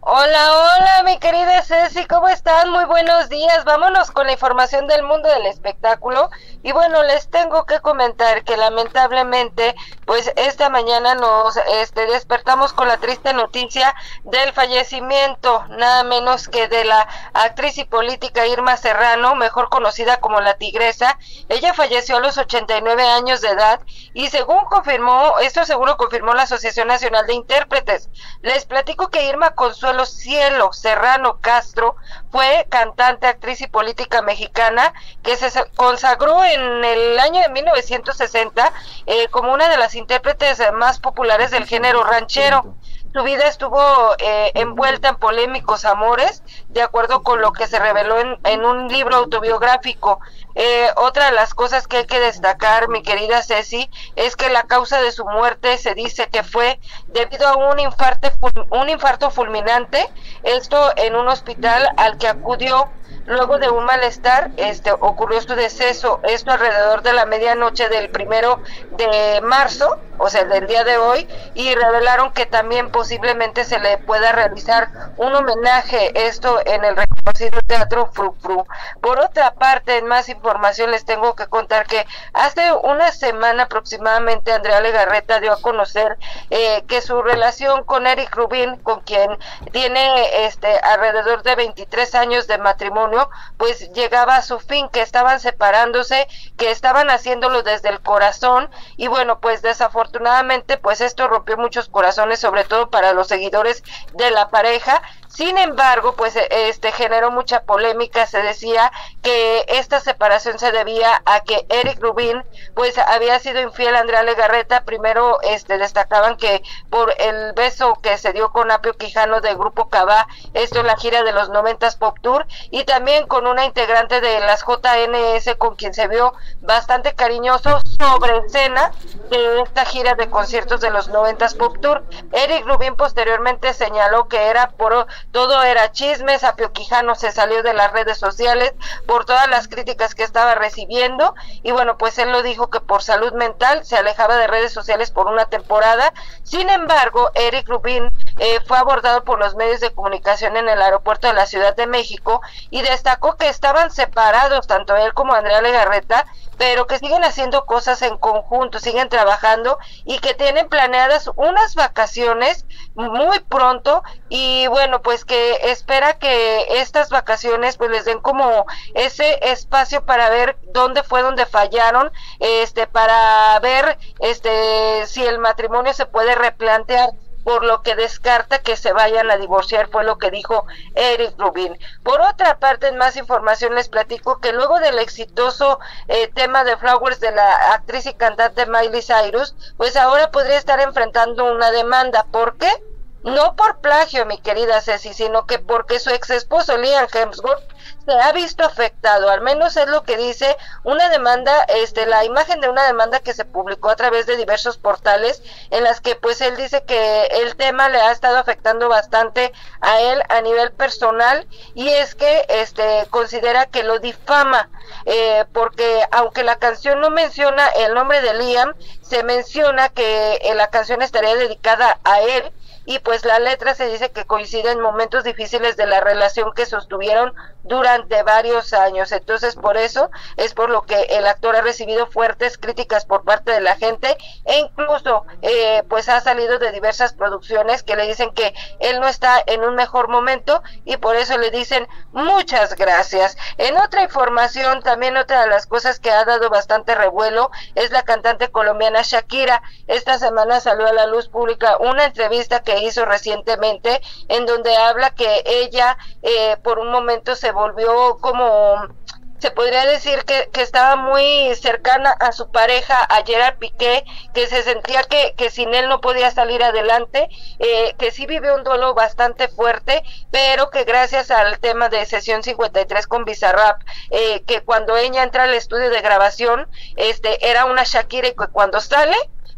Hola, mi querida Ceci, ¿cómo están? Muy buenos días. Vámonos con la información del mundo del espectáculo. Y bueno, les tengo que comentar que lamentablemente, pues esta mañana nos despertamos con la triste noticia del fallecimiento, nada menos que de la actriz y política Irma Serrano, mejor conocida como La Tigresa. Ella falleció a los 89 años de edad y según confirmó la Asociación Nacional de Intérpretes. Les platico que Irma Consuelo Cielo Serrano Castro fue cantante, actriz y política mexicana que se consagró en el año de 1960 como una de las intérpretes más populares del género ranchero. Su vida estuvo envuelta en polémicos amores, de acuerdo con lo que se reveló en un libro autobiográfico. Otra de las cosas que hay que destacar, mi querida Ceci, es que la causa de su muerte se dice que fue debido a un infarto fulminante, esto en un hospital al que acudió luego de un malestar. Ocurrió su deceso, esto alrededor de la medianoche del 1 de marzo, o sea, del día de hoy, y revelaron que también posiblemente se le pueda realizar un homenaje, esto en el reconocido Teatro Fru Fru. Por otra parte, en más información les tengo que contar que hace una semana aproximadamente Andrea Legarreta dio a conocer que su relación con Eric Rubin, con quien tiene alrededor de 23 años de matrimonio, pues llegaba a su fin, que estaban separándose, que estaban haciéndolo desde el corazón, y bueno, pues desafortunadamente pues esto rompió muchos corazones, sobre todo para los seguidores de la pareja. Sin embargo, pues generó mucha polémica. Se decía que esta separación se debía a que Eric Rubin pues había sido infiel a Andrea Legarreta. Primero destacaban que por el beso que se dio con Apio Quijano de Grupo Cabá, esto en la gira de los 90s Pop Tour, y también con una integrante de las JNS con quien se vio bastante cariñoso sobre escena de esta gira de conciertos de los 90s Pop Tour. Eric Rubin posteriormente señaló que todo era chismes. Apio Quijano se salió de las redes sociales por todas las críticas que estaba recibiendo, y bueno, pues él lo dijo que por salud mental se alejaba de redes sociales por una temporada. Sin embargo, Eric Rubin fue abordado por los medios de comunicación en el aeropuerto de la Ciudad de México y destacó que estaban separados tanto él como Andrea Legarreta, pero que siguen haciendo cosas en conjunto, siguen trabajando y que tienen planeadas unas vacaciones muy pronto, y bueno, pues que espera que estas vacaciones pues les den como ese espacio para ver dónde fallaron, para ver si el matrimonio se puede replantear, por lo que descarta que se vayan a divorciar, fue lo que dijo Eric Rubin. Por otra parte, en más información les platico que luego del exitoso tema de Flowers de la actriz y cantante Miley Cyrus, pues ahora podría estar enfrentando una demanda. ¿Por qué? No por plagio, mi querida Ceci, sino que porque su ex esposo Liam Hemsworth se ha visto afectado, al menos es lo que dice una demanda, la imagen de una demanda que se publicó a través de diversos portales, en las que pues él dice que el tema le ha estado afectando bastante a él a nivel personal, y es que considera que lo difama, porque aunque la canción no menciona el nombre de Liam, se menciona que la canción estaría dedicada a él, y pues la letra se dice que coincide en momentos difíciles de la relación que sostuvieron durante varios años. Entonces por eso es por lo que el actor ha recibido fuertes críticas por parte de la gente, e incluso pues ha salido de diversas producciones que le dicen que él no está en un mejor momento, y por eso le dicen muchas gracias. En otra información, también otra de las cosas que ha dado bastante revuelo es la cantante colombiana Shakira. Esta semana salió a la luz pública una entrevista que hizo recientemente, en donde habla que ella por un momento se volvió como, se podría decir que estaba muy cercana a su pareja, a Gerard Piqué, que se sentía que sin él no podía salir adelante, que sí vivió un duelo bastante fuerte, pero que gracias al tema de Sesión 53 con Bizarrap, que cuando ella entra al estudio de grabación, era una Shakira, y que cuando sale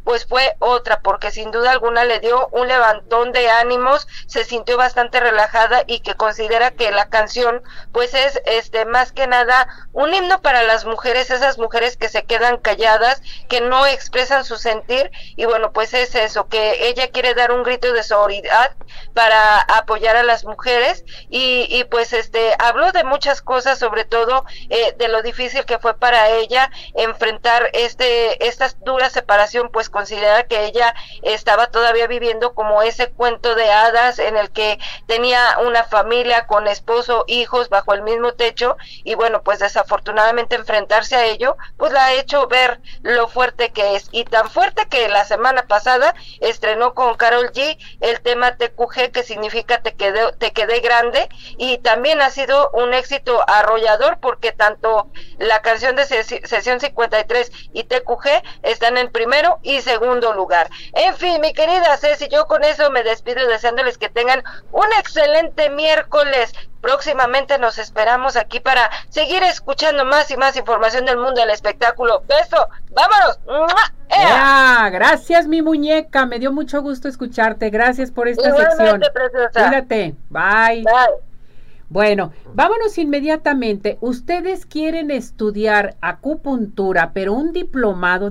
pues fue otra, porque sin duda alguna le dio un levantón de ánimos, se sintió bastante relajada y que considera que la canción pues es más que nada un himno para las mujeres, esas mujeres que se quedan calladas, que no expresan su sentir, y bueno, pues es eso, que ella quiere dar un grito de solidaridad para apoyar a las mujeres, y pues habló de muchas cosas, sobre todo de lo difícil que fue para ella enfrentar esta dura separación, pues considera que ella estaba todavía viviendo como ese cuento de hadas en el que tenía una familia con esposo, hijos bajo el mismo techo, y bueno, pues desafortunadamente enfrentarse a ello pues la ha hecho ver lo fuerte que es, y tan fuerte que la semana pasada estrenó con Karol G el tema TQG, que significa te quedé grande, y también ha sido un éxito arrollador, porque tanto la canción de Sesión 53 y TQG están en primero y segundo lugar. En fin, mi querida Ceci, yo con eso me despido deseándoles que tengan un excelente miércoles. Próximamente nos esperamos aquí para seguir escuchando más y más información del mundo del espectáculo. Beso, vámonos. Gracias, mi muñeca, me dio mucho gusto escucharte. Gracias por esta sección. Preciosa. Cuídate, bye. Bueno, vámonos inmediatamente. Ustedes quieren estudiar acupuntura, pero un diplomado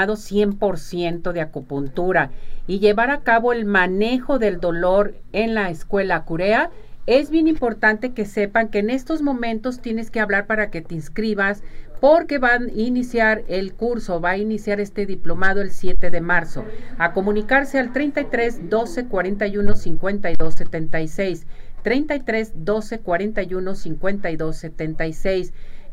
100% de acupuntura, y llevar a cabo el manejo del dolor en la escuela Curea. Es bien importante que sepan que en estos momentos tienes que hablar para que te inscribas, porque van a iniciar el curso, va a iniciar este diplomado el 7 de marzo. A comunicarse al 33 12 41 52 76. 33 12 41 52 76.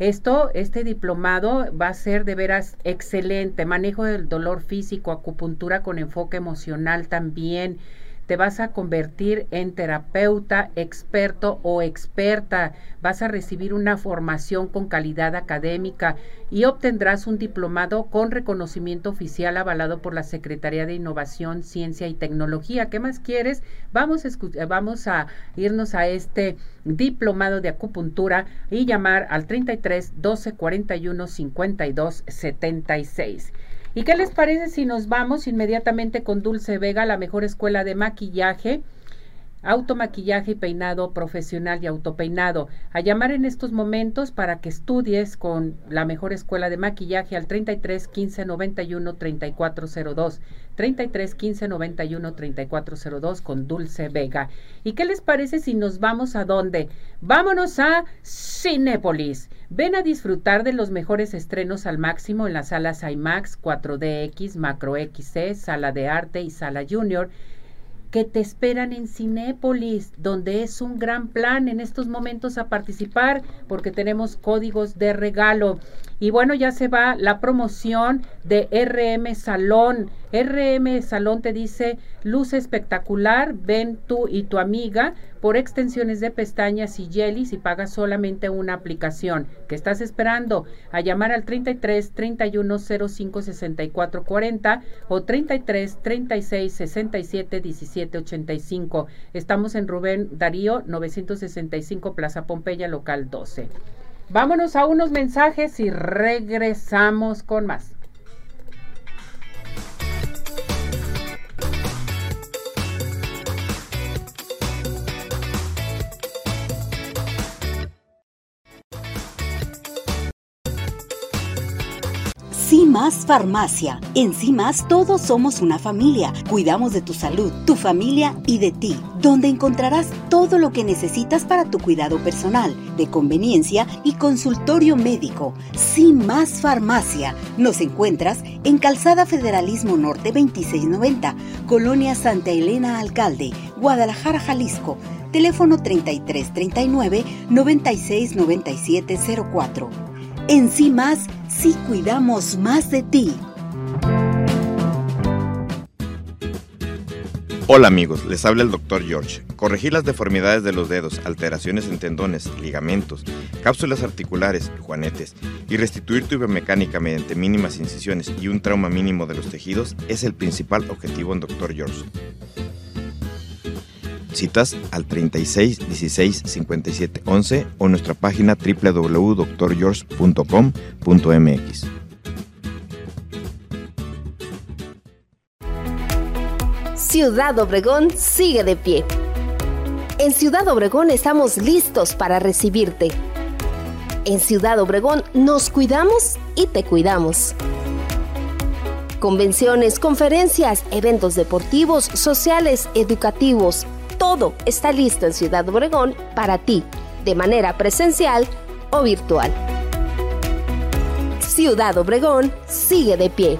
Este diplomado va a ser de veras excelente. Manejo del dolor físico, acupuntura con enfoque emocional también. Te vas a convertir en terapeuta, experto o experta. Vas a recibir una formación con calidad académica y obtendrás un diplomado con reconocimiento oficial avalado por la Secretaría de Innovación, Ciencia y Tecnología. ¿Qué más quieres? Vamos a irnos a este diplomado de acupuntura y llamar al 33 12 41 52 76. ¿Y qué les parece si nos vamos inmediatamente con Dulce Vega, la mejor escuela de maquillaje, automaquillaje y peinado profesional y autopeinado? A llamar en estos momentos para que estudies con la mejor escuela de maquillaje al 33 15 91 3402. 33 15 91 3402 con Dulce Vega. ¿Y qué les parece si nos vamos a dónde? Vámonos a Cinépolis. Ven a disfrutar de los mejores estrenos al máximo en las salas IMAX, 4DX, Macro XC, Sala de Arte y Sala Junior, que te esperan en Cinépolis, donde es un gran plan en estos momentos a participar, porque tenemos códigos de regalo. Y bueno, ya se va la promoción de RM Salón. RM Salón te dice, luz espectacular, ven tú y tu amiga por extensiones de pestañas y jellies y pagas solamente una aplicación. ¿Qué estás esperando? A llamar al 33 31 05 64 40 o 33 36 67 17 85. Estamos en Rubén Darío 965 Plaza Pompeya, local 12. Vámonos a unos mensajes y regresamos con más. CIMAS Farmacia. En CIMAS todos somos una familia. Cuidamos de tu salud, tu familia y de ti, donde encontrarás todo lo que necesitas para tu cuidado personal, de conveniencia y consultorio médico. CIMAS Farmacia. Nos encuentras en Calzada Federalismo Norte 2690, Colonia Santa Elena Alcalde, Guadalajara, Jalisco. Teléfono 3339 969704. En CIMAS, sí cuidamos más de ti. Hola amigos, les habla el Dr. George. Corregir las deformidades de los dedos, alteraciones en tendones, ligamentos, cápsulas articulares, juanetes y restituir tu biomecánica mediante mínimas incisiones y un trauma mínimo de los tejidos es el principal objetivo en Dr. George. Citas al 36 16 57 11 o nuestra página www.drgeorge.com.mx. Ciudad Obregón sigue de pie. En Ciudad Obregón estamos listos para recibirte. En Ciudad Obregón nos cuidamos y te cuidamos. Convenciones, conferencias, eventos deportivos, sociales, educativos, todo está listo en Ciudad Obregón para ti, de manera presencial o virtual. Ciudad Obregón sigue de pie.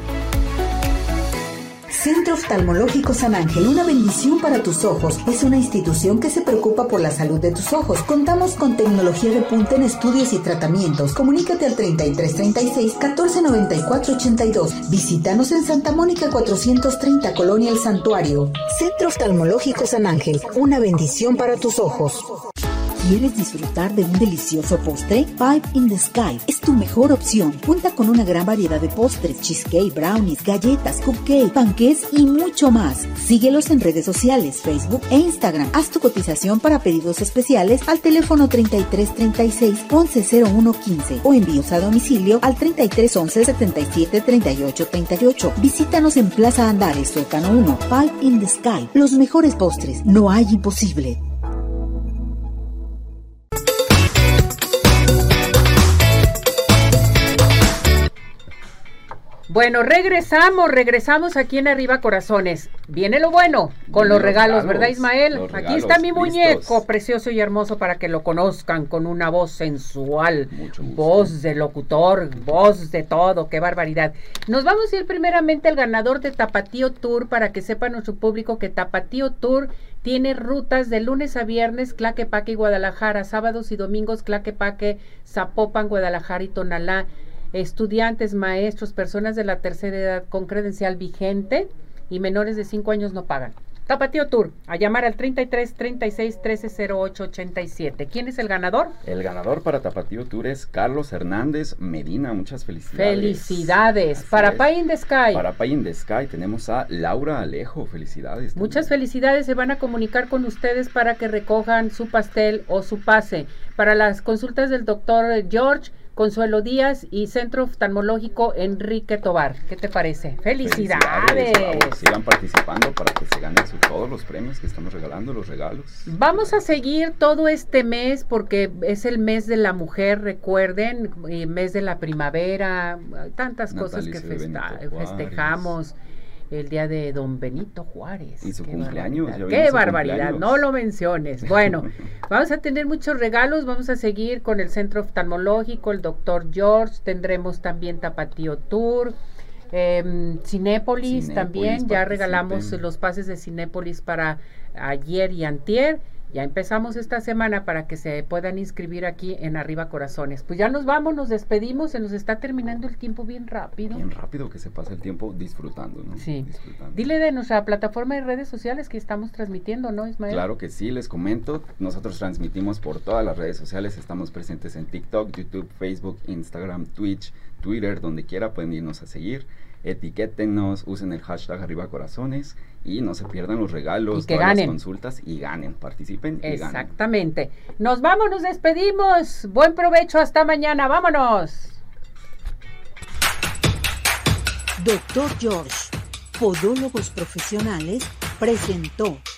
Centro Oftalmológico San Ángel, una bendición para tus ojos. Es una institución que se preocupa por la salud de tus ojos. Contamos con tecnología de punta en estudios y tratamientos. Comunícate al 3336 1494 82. Visítanos en Santa Mónica 430, Colonia El Santuario. Centro Oftalmológico San Ángel, una bendición para tus ojos. ¿Quieres disfrutar de un delicioso postre? Five in the Sky es tu mejor opción. Cuenta con una gran variedad de postres, cheesecake, brownies, galletas, cupcake, panqués y mucho más. Síguelos en redes sociales, Facebook e Instagram. Haz tu cotización para pedidos especiales al teléfono 3336 110115 o envíos a domicilio al 3311 77 38 38. Visítanos en Plaza Andares, Sótano 1. Five in the Sky. Los mejores postres. No hay imposible. Bueno, regresamos aquí en Arriba Corazones. Viene lo bueno con los regalos, ¿verdad, Ismael? Aquí está mi muñeco precioso y hermoso para que lo conozcan, con una voz sensual, voz de locutor, voz de todo, qué barbaridad. Nos vamos a ir primeramente al ganador de Tapatío Tour, para que sepa nuestro público que Tapatío Tour tiene rutas de lunes a viernes, Tlaquepaque y Guadalajara, sábados y domingos, Tlaquepaque, Zapopan, Guadalajara y Tonalá. Estudiantes, maestros, personas de la tercera edad con credencial vigente y menores de 5 años no pagan. Tapatío Tour, a llamar al 33 36 13 08 87. ¿Quién es el ganador? El ganador para Tapatío Tour es Carlos Hernández Medina. Muchas felicidades. Felicidades. Así para Pie in the Sky. Para Pie in the Sky tenemos a Laura Alejo. Felicidades. Muchas felicidades. Se van a comunicar con ustedes para que recojan su pastel o su pase. Para las consultas del doctor George, Consuelo Díaz y Centro Oftalmológico Enrique Tobar. ¿Qué te parece? ¡Felicidades! Sigan participando para que se ganen todos los premios que estamos regalando, los regalos. Vamos a seguir todo este mes porque es el mes de la mujer, recuerden, mes de la primavera, tantas cosas que festejamos. El día de Don Benito Juárez. Y su cumpleaños. ¡Qué barbaridad! No lo menciones. Bueno, vamos a tener muchos regalos. Vamos a seguir con el Centro Oftalmológico, el Dr. George. Tendremos también Tapatío Tour. Cinépolis también. Ya regalamos los pases de Cinépolis para ayer y antier. Ya empezamos esta semana para que se puedan inscribir aquí en Arriba Corazones. Pues ya nos vamos, nos despedimos, se nos está terminando el tiempo bien rápido. Bien rápido que se pasa el tiempo disfrutando, ¿no? Sí. Disfrutando. Dile de nuestra plataforma de redes sociales que estamos transmitiendo, ¿no, Ismael? Claro que sí, les comento. Nosotros transmitimos por todas las redes sociales. Estamos presentes en TikTok, YouTube, Facebook, Instagram, Twitch, Twitter, donde quiera pueden irnos a seguir. Etiquétenos, usen el hashtag Arriba Corazones y no se pierdan los regalos, todas las consultas y ganen, participen y ganen. Exactamente. Nos vamos, nos despedimos. Buen provecho, hasta mañana, vámonos. Dr. George, Podólogos Profesionales, presentó